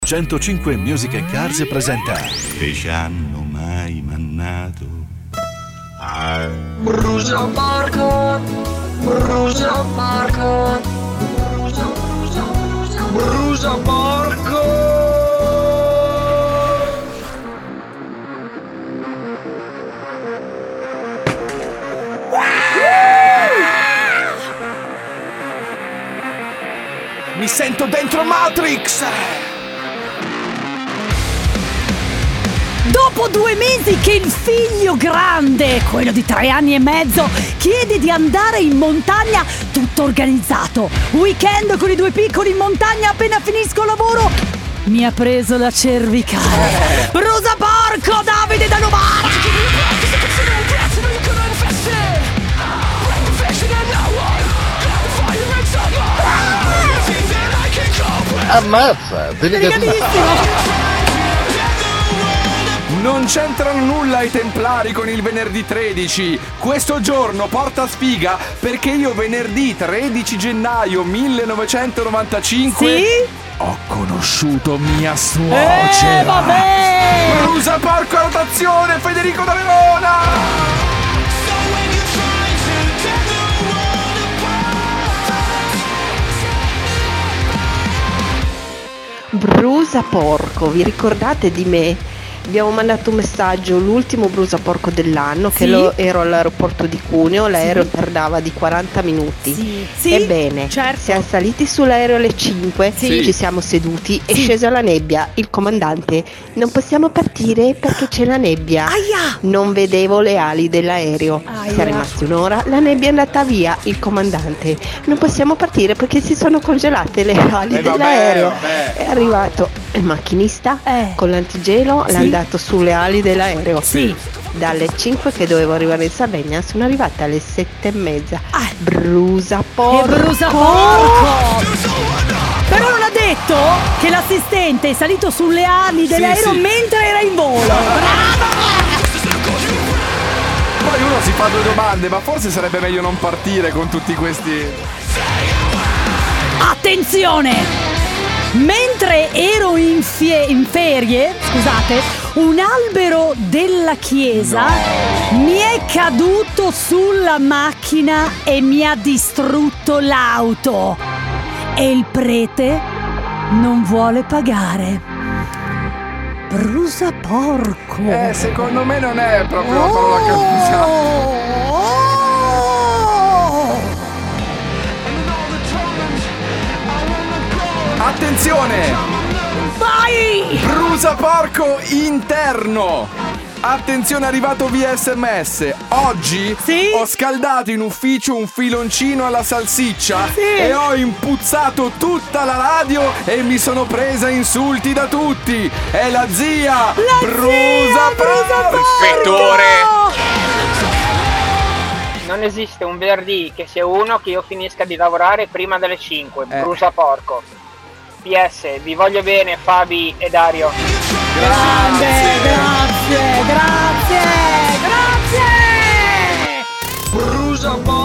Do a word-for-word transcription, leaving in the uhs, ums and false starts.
centocinque Music and Cars presenta Che ci hanno mai mannato a Brucia Porco, Brucia Porco, Brucia, Brucia, Brucia, Brucia Porco. Mi sento dentro Matrix! Dopo due mesi che il figlio grande, quello di tre anni e mezzo, chiede di andare in montagna, tutto organizzato. Weekend con i due piccoli in montagna appena finisco il lavoro. Mi ha preso la cervicale. Brucia Porco, Davide da Novara! Ammazza, Delicatissimo! Non c'entrano nulla i templari con il venerdì tredici. Questo giorno porta sfiga perché io venerdì tredici gennaio millenovecentonovantacinque Sì? ho conosciuto mia suocera. Eh, vabbè! Brucia Porco a rotazione, Federico da Verona! Brucia Porco, vi ricordate di me? Abbiamo mandato un messaggio, l'ultimo Brucia Porco dell'anno, che Sì. lo, ero all'aeroporto di Cuneo, l'aereo Sì. tardava di quaranta minuti. Sì, sì, Ebbene, certo. siamo saliti sull'aereo alle cinque, Sì. ci siamo seduti, è Sì. scesa la nebbia, il comandante, non possiamo partire perché c'è la nebbia. Aia! Non vedevo le ali dell'aereo. Aia. Siamo rimasti un'ora, la nebbia è andata via, il comandante. Non possiamo partire perché si sono congelate le ali Eh, vabbè, dell'aereo. vabbè. È arrivato il macchinista Eh. con l'antigelo, Sì. l'ha andato sulle ali dell'aereo. Sì. Dalle cinque che dovevo arrivare in Sardegna sono arrivata alle sette e mezza. Ah. Brucia E Porco. Brucia Porco! Però non ha detto che l'assistente è salito sulle ali dell'aereo sì. mentre era in volo. Poi uno si fa due domande, ma forse sarebbe meglio non partire con tutti questi. Attenzione! Mentre ero in, fie- in ferie, scusate, un albero della chiesa mi è caduto sulla macchina e mi ha distrutto l'auto. E il prete non vuole pagare. Brucia Porco. Eh, secondo me non è proprio la parola che usa. Oh! Attenzione! Vai! Brucia Porco interno! Attenzione, è arrivato via sms. Oggi Sì? ho scaldato in ufficio un filoncino alla salsiccia Sì. e ho impuzzato tutta la radio e mi sono presa insulti da tutti. È la zia La Brucia zia Brucia Porco! Ispettore! Porco! Non esiste un venerdì che sia uno che io finisca di lavorare prima delle cinque. Eh. Brucia Porco. P S, vi voglio bene Fabi e Dario. Grande, grazie, grazie, grazie! Brucia Porco.